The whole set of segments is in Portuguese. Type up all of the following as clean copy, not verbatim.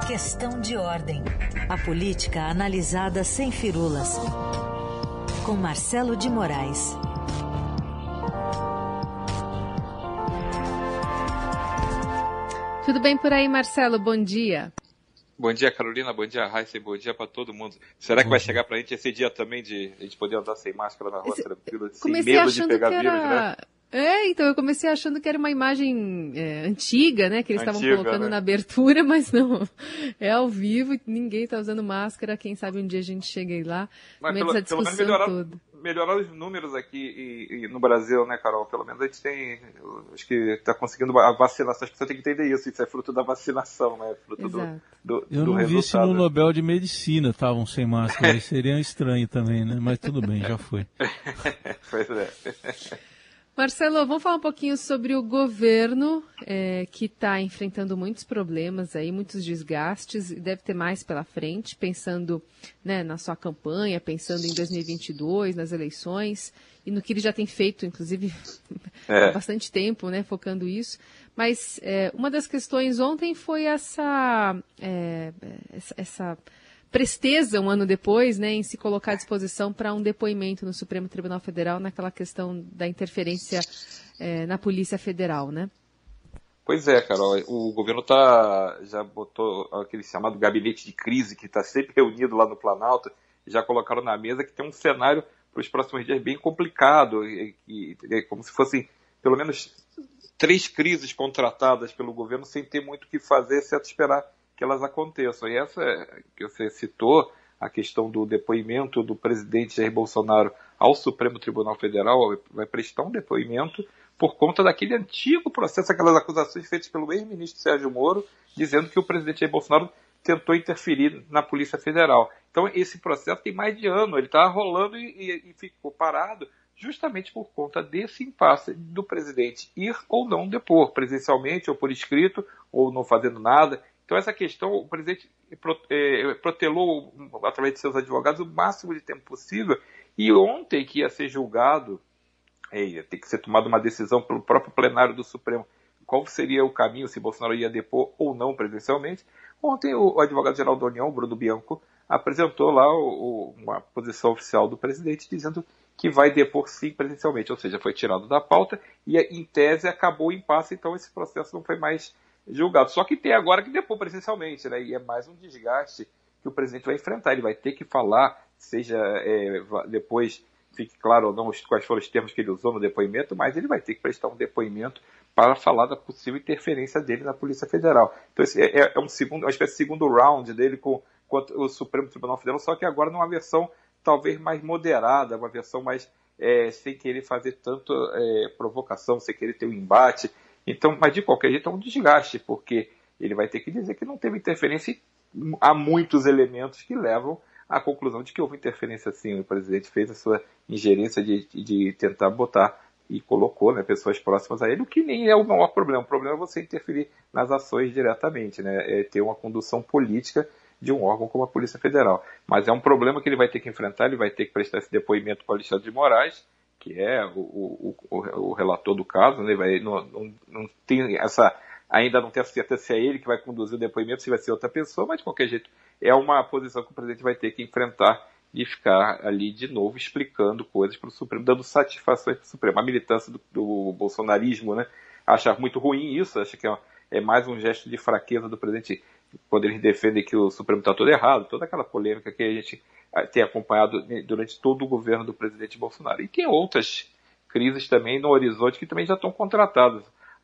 Questão de ordem. A política analisada sem firulas. Com Marcelo de Moraes. Tudo bem por aí, Marcelo? Bom dia. Bom dia, Carolina. Bom dia, Raíssa. Bom dia para todo mundo. Será que vai chegar para a gente esse dia também de a gente poder andar sem máscara na rua tranquilo, sem medo de pegar vírus, né? Então eu comecei achando que era uma imagem antiga, né, que eles estavam colocando, né, na abertura, mas não, é ao vivo e ninguém está usando máscara, quem sabe um dia a gente chega lá, mas pelo menos melhoraram os números aqui e no Brasil, né, Carol? Pelo menos a gente tem, acho que está conseguindo a vacinação, as pessoas têm que entender isso é fruto da vacinação, né, fruto do Eu não vi se no Nobel de Medicina estavam sem máscara, aí seria estranho também, né, mas tudo bem, já foi. Pois é. Marcelo, vamos falar um pouquinho sobre o governo que está enfrentando muitos problemas, aí, muitos desgastes, e deve ter mais pela frente, pensando, né, na sua campanha, pensando em 2022, nas eleições, e no que ele já tem feito, inclusive, há bastante tempo, né, focando isso. Mas uma das questões ontem foi essa presteza, um ano depois, né, em se colocar à disposição para um depoimento no Supremo Tribunal Federal naquela questão da interferência na Polícia Federal, né? Pois é, Carol, o governo já botou aquele chamado gabinete de crise, que está sempre reunido lá no Planalto, já colocaram na mesa que tem um cenário para os próximos dias bem complicado, como se fossem pelo menos 3 crises contratadas pelo governo sem ter muito o que fazer, exceto esperar que elas aconteçam. E essa que você citou, a questão do depoimento do presidente Jair Bolsonaro ao Supremo Tribunal Federal, vai prestar um depoimento por conta daquele antigo processo, aquelas acusações feitas pelo ex-ministro Sérgio Moro, dizendo que o presidente Jair Bolsonaro tentou interferir na Polícia Federal. Então esse processo tem mais de ano, ele está rolando e ficou parado justamente por conta desse impasse do presidente ir ou não depor, presencialmente ou por escrito, ou não fazendo nada. Então, essa questão, o presidente protelou, através de seus advogados, o máximo de tempo possível. E ontem, que ia ser julgado, ia ter que ser tomada uma decisão pelo próprio plenário do Supremo, qual seria o caminho, se Bolsonaro ia depor ou não presencialmente. Ontem, o advogado-geral da União, Bruno Bianco, apresentou lá uma posição oficial do presidente, dizendo que vai depor sim presencialmente. Ou seja, foi tirado da pauta e, em tese, acabou o impasse, então esse processo não foi mais julgado. Só que tem agora que depor presencialmente, né? E é mais um desgaste que o presidente vai enfrentar. Ele vai ter que falar, seja depois fique claro ou não quais foram os termos que ele usou no depoimento, mas ele vai ter que prestar um depoimento para falar da possível interferência dele na Polícia Federal. Então esse é uma espécie de segundo round dele com o Supremo Tribunal Federal, só que agora numa versão talvez mais moderada, uma versão mais sem querer fazer tanto provocação, sem querer ter um embate. Então, mas de qualquer jeito é um desgaste, porque ele vai ter que dizer que não teve interferência e há muitos elementos que levam à conclusão de que houve interferência sim. O presidente fez a sua ingerência de tentar botar e colocou, né, pessoas próximas a ele, o que nem é o maior problema. O problema é você interferir nas ações diretamente, né, ter uma condução política de um órgão como a Polícia Federal. Mas é um problema que ele vai ter que enfrentar, ele vai ter que prestar esse depoimento para o Alexandre de Moraes, que é o relator do caso, né? Não tem ainda não tem certeza se é ele que vai conduzir o depoimento, se vai ser outra pessoa, mas de qualquer jeito é uma posição que o presidente vai ter que enfrentar e ficar ali de novo explicando coisas para o Supremo, dando satisfações para o Supremo. A militância do bolsonarismo, né, acha muito ruim isso, acha que é mais um gesto de fraqueza do presidente quando eles defendem que o Supremo está todo errado, toda aquela polêmica que a gente tem acompanhado durante todo o governo do presidente Bolsonaro. E tem outras crises também no horizonte que também já estão contratadas.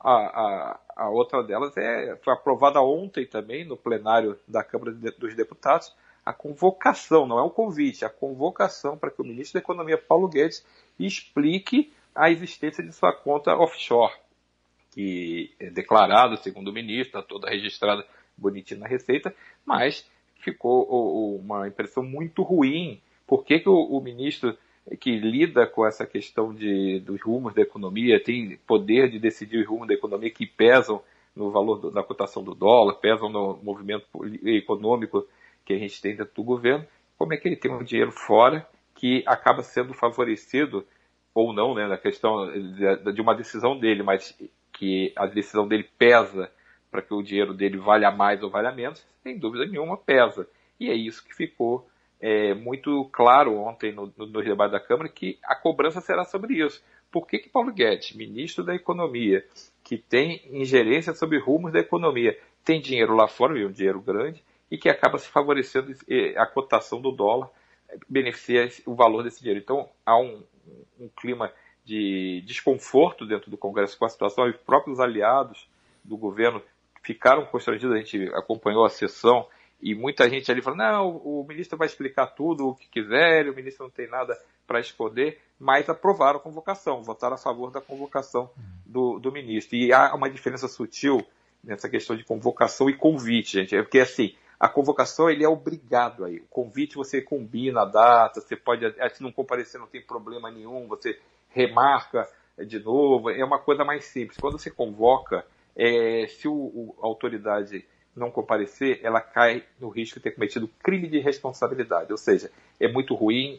A outra delas foi aprovada ontem também no plenário da Câmara dos Deputados, a convocação, não é um convite, a convocação para que o ministro da Economia, Paulo Guedes, explique a existência de sua conta offshore, que é declarada, segundo o ministro, está toda registrada bonitinho na Receita, mas ficou uma impressão muito ruim. Por que o ministro que lida com essa questão dos rumos da economia, tem poder de decidir os rumos da economia que pesam no valor da cotação do dólar, pesam no movimento econômico que a gente tem dentro do governo, como é que ele tem um dinheiro fora que acaba sendo favorecido ou não, né, na questão de uma decisão dele, mas que a decisão dele pesa para que o dinheiro dele valha mais ou valha menos, sem dúvida nenhuma pesa. E é isso que ficou muito claro ontem no debate da Câmara, que a cobrança será sobre isso. Por que Paulo Guedes, ministro da Economia, que tem ingerência sobre rumos da economia, tem dinheiro lá fora, um dinheiro grande, e que acaba se favorecendo a cotação do dólar, beneficia o valor desse dinheiro. Então, há um clima de desconforto dentro do Congresso com a situação, e os próprios aliados do governo ficaram constrangidos. A gente acompanhou a sessão e muita gente ali falou, não, o ministro vai explicar tudo o que quiser, o ministro não tem nada para esconder, mas aprovaram a convocação, votaram a favor da convocação do ministro. E há uma diferença sutil nessa questão de convocação e convite, gente, porque assim, a convocação ele é obrigado aí, o convite você combina a data, você pode, se não comparecer não tem problema nenhum, você remarca de novo, é uma coisa mais simples. Quando você convoca, se a autoridade não comparecer, ela cai no risco de ter cometido crime de responsabilidade, ou seja, é muito ruim,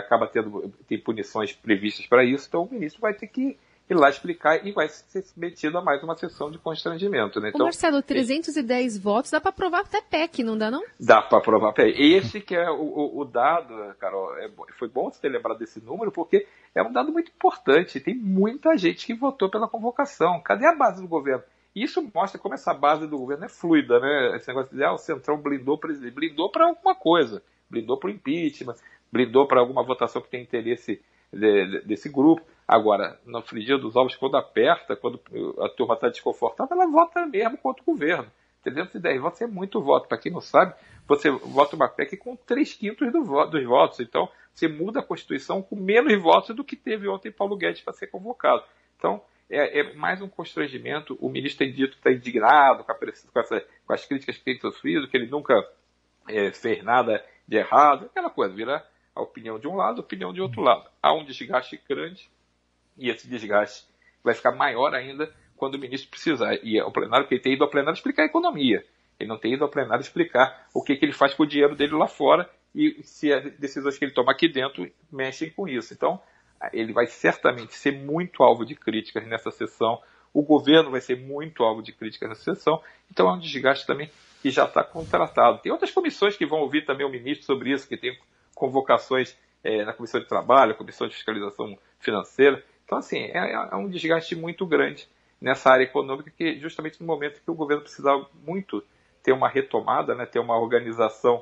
tem punições previstas para isso, então o ministro vai ter que ir lá explicar e vai ser submetido a mais uma sessão de constrangimento. Né? Então, Marcelo, 310 votos, dá para aprovar até PEC, não dá não? Dá para aprovar PEC. Esse que é o dado, Carol, foi bom você ter lembrado desse número, porque é um dado muito importante, tem muita gente que votou pela convocação. Cadê a base do governo? Isso mostra como essa base do governo é fluida, né? Esse negócio de dizer, o Centrão blindou o presidente. Blindou para alguma coisa. Blindou para o impeachment, blindou para alguma votação que tem interesse desse grupo. Agora, no frigir dos ovos, quando aperta, quando a turma está desconfortável, ela vota mesmo contra o governo. 310 votos é muito voto. Para quem não sabe, você vota uma PEC com 3/5 dos votos. Então, você muda a Constituição com menos votos do que teve ontem Paulo Guedes para ser convocado. Então, é mais um constrangimento. O ministro tem dito que está indignado com as críticas que tem sofrido, que ele nunca fez nada de errado. Aquela coisa, vira a opinião de um lado, a opinião de outro lado. Há um desgaste grande e esse desgaste vai ficar maior ainda quando o ministro precisar. E ao plenário, porque ele tem ido ao plenário explicar a economia. Ele não tem ido ao plenário explicar o que ele faz com o dinheiro dele lá fora e se as decisões que ele toma aqui dentro mexem com isso. Então, ele vai certamente ser muito alvo de críticas nessa sessão, o governo vai ser muito alvo de críticas nessa sessão, então é um desgaste também que já está contratado. Tem outras comissões que vão ouvir também o ministro sobre isso, que tem convocações na Comissão de Trabalho, Comissão de Fiscalização Financeira. Então, assim, é um desgaste muito grande nessa área econômica, que justamente no momento que o governo precisava muito ter uma retomada, né, ter uma organização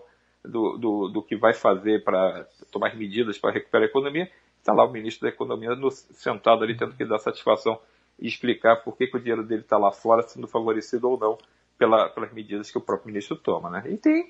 do que vai fazer para tomar medidas para recuperar a economia, está lá o ministro da Economia sentado ali tendo que dar satisfação e explicar por que o dinheiro dele está lá fora sendo favorecido ou não pelas medidas que o próprio ministro toma. Né? E tem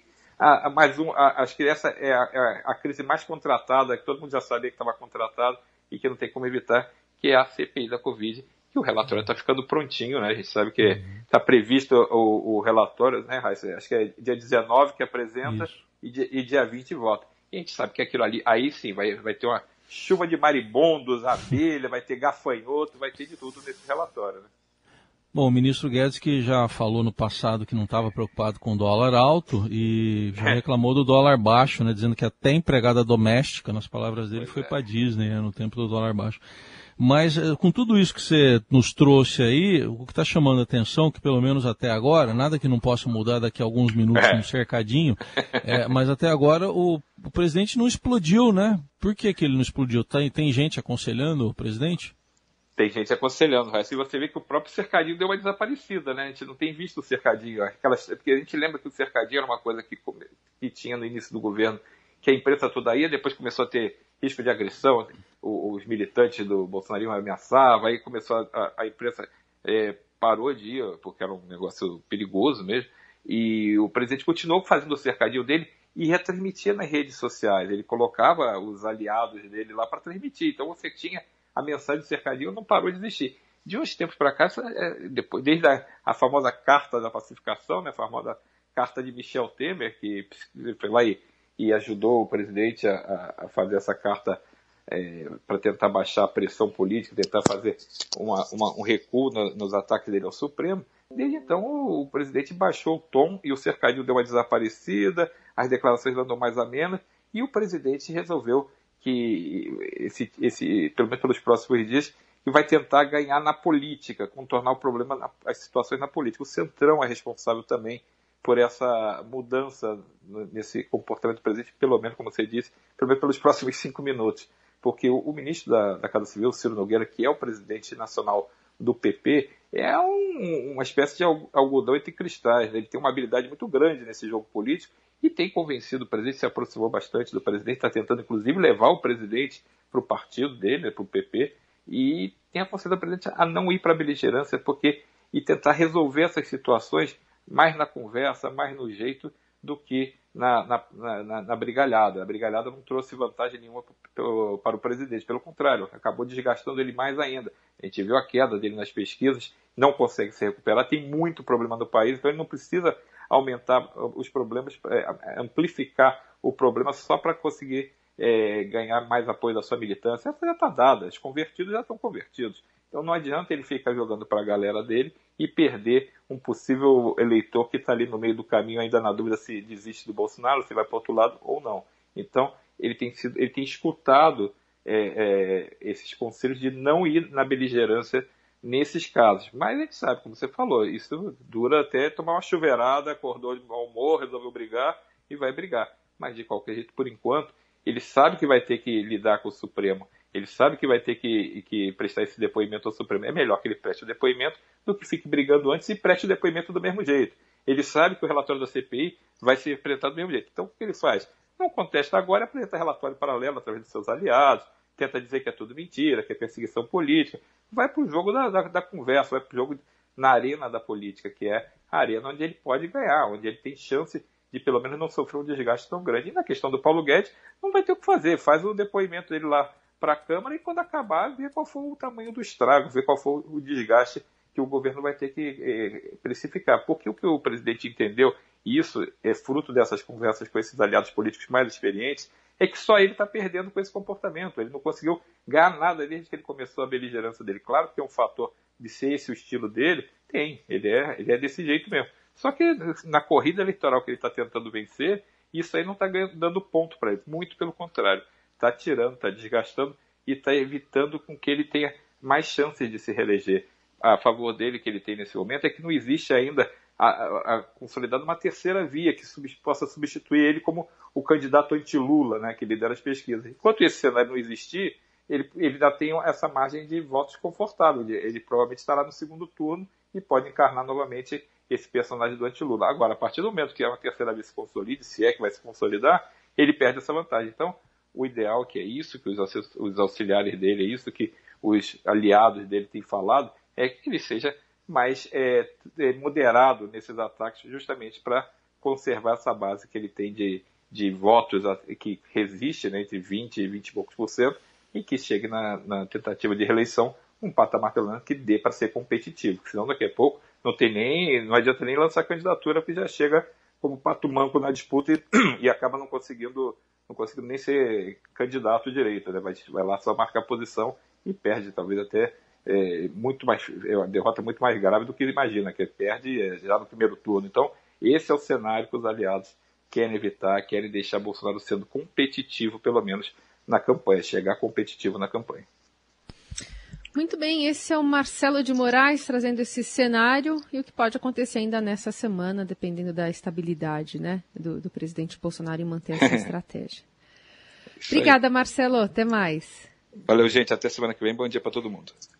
acho que essa é a crise mais contratada, que todo mundo já sabia que estava contratada e que não tem como evitar, que é a CPI da Covid, que o relatório está ficando prontinho, né? A gente sabe que está previsto o relatório, né, Raíssa? Acho que é dia 19 que apresenta e dia 20 vota. E a gente sabe que aquilo ali, aí sim, vai ter uma chuva de maribondos, abelha, vai ter gafanhoto, vai ter de tudo nesse relatório, né? Bom, o ministro Guedes, que já falou no passado que não estava preocupado com o dólar alto e já reclamou do dólar baixo, né, dizendo que até empregada doméstica, nas palavras dele, foi para Disney, né, no tempo do dólar baixo. Mas com tudo isso que você nos trouxe aí, o que está chamando a atenção, que pelo menos até agora, nada que não possa mudar daqui a alguns minutos no cercadinho, mas até agora o presidente não explodiu, né? Por que ele não explodiu? Tem gente aconselhando o presidente? Tem gente aconselhando, Raíssa. E você vê que o próprio cercadinho deu uma desaparecida, né? A gente não tem visto o cercadinho. Porque a gente lembra que o cercadinho era uma coisa que tinha no início do governo, que a imprensa toda ia, depois começou a ter risco de agressão, os militantes do Bolsonarismo ameaçavam, aí começou a imprensa parou de ir, porque era um negócio perigoso mesmo, e o presidente continuou fazendo o cercadinho dele e retransmitia nas redes sociais. Ele colocava os aliados dele lá para transmitir. Então você tinha a mensagem do cercadinho, não parou de existir. De uns tempos para cá, desde a famosa Carta da Pacificação, né, a famosa Carta de Michel Temer, que foi lá e ajudou o presidente a fazer essa carta para tentar baixar a pressão política, tentar fazer um recuo nos ataques dele ao Supremo. Desde então, o presidente baixou o tom e o cercadinho deu uma desaparecida, as declarações andam mais amenas, e o presidente resolveu que, pelo menos pelos próximos dias, e vai tentar ganhar na política, contornar o problema, as situações na política. O Centrão é responsável também por essa mudança nesse comportamento do presidente, pelo menos, como você disse, pelo menos pelos próximos 5 minutos. Porque o ministro da Casa Civil, Ciro Nogueira, que é o presidente nacional do PP, é uma espécie de algodão entre cristais, né? Ele tem uma habilidade muito grande nesse jogo político e tem convencido o presidente, se aproximou bastante do presidente, está tentando, inclusive, levar o presidente para o partido dele, né, para o PP, e tem aconselhado o presidente a não ir para a beligerância e tentar resolver essas situações mais na conversa, mais no jeito, do que na brigalhada. A brigalhada não trouxe vantagem nenhuma para o presidente, pelo contrário, acabou desgastando ele mais ainda. A gente viu a queda dele nas pesquisas, não consegue se recuperar, tem muito problema no país, então ele não precisa aumentar os problemas, amplificar o problema só para conseguir ganhar mais apoio da sua militância. Essa já está dada, os convertidos já estão convertidos. Então não adianta ele ficar jogando para a galera dele e perder um possível eleitor que está ali no meio do caminho, ainda na dúvida se desiste do Bolsonaro, se vai para o outro lado ou não. Então ele tem escutado esses conselhos de não ir na beligerância nesses casos. Mas a gente sabe, como você falou, isso dura até tomar uma chuveirada, acordou de mau humor, resolveu brigar e vai brigar. Mas de qualquer jeito, por enquanto, ele sabe que vai ter que lidar com o Supremo. Ele sabe que vai ter que prestar esse depoimento ao Supremo. É melhor que ele preste o depoimento do que fique brigando antes e preste o depoimento do mesmo jeito. Ele sabe que o relatório da CPI vai ser apresentado do mesmo jeito. Então, o que ele faz? Não contesta agora, apresenta relatório paralelo através dos seus aliados, tenta dizer que é tudo mentira, que é perseguição política. Vai para o jogo da conversa, vai para o jogo na arena da política, que é a arena onde ele pode ganhar, onde ele tem chance de pelo menos não sofrer um desgaste tão grande. E na questão do Paulo Guedes, não vai ter o que fazer. Faz o depoimento dele lá para a Câmara e quando acabar, ver qual foi o tamanho do estrago, ver qual foi o desgaste que o governo vai ter que precificar. Porque o que o presidente entendeu, e isso é fruto dessas conversas com esses aliados políticos mais experientes, é que só ele está perdendo com esse comportamento. Ele não conseguiu ganhar nada desde que ele começou a beligerância dele. Claro que tem um fator de ser esse o estilo dele, tem, ele é desse jeito mesmo. Só que na corrida eleitoral que ele está tentando vencer, isso aí não está dando ponto para ele, muito pelo contrário. Está tirando, está desgastando e está evitando com que ele tenha mais chances de se reeleger. A favor dele que ele tem nesse momento é que não existe ainda consolidada uma terceira via que possa substituir ele como o candidato anti-Lula, né, que lidera as pesquisas. Enquanto esse cenário não existir, ele ainda tem essa margem de votos confortável. Ele provavelmente estará no segundo turno e pode encarnar novamente esse personagem do anti-Lula. Agora, a partir do momento que uma terceira via se consolide, se é que vai se consolidar, ele perde essa vantagem. Então, o ideal que é isso que os auxiliares dele, é isso que os aliados dele têm falado, é que ele seja mais moderado nesses ataques, justamente para conservar essa base que ele tem de votos que resiste, né, entre 20% e 20 e poucos %, e que chegue na tentativa de reeleição um patamar pelo menos que dê para ser competitivo, senão daqui a pouco não adianta nem lançar candidatura, porque já chega como pato manco na disputa e acaba não conseguindo nem ser candidato direito, né? Vai lá só marcar posição e perde talvez até muito mais, uma derrota muito mais grave do que ele imagina, que perde já no primeiro turno. Então, esse é o cenário que os aliados querem evitar, querem deixar Bolsonaro sendo competitivo, pelo menos na campanha, chegar competitivo na campanha. Muito bem, esse é o Marcelo de Moraes trazendo esse cenário e o que pode acontecer ainda nessa semana, dependendo da estabilidade, né, do presidente Bolsonaro em manter essa estratégia. Obrigada, Marcelo. Até mais. Valeu, gente. Até semana que vem. Bom dia para todo mundo.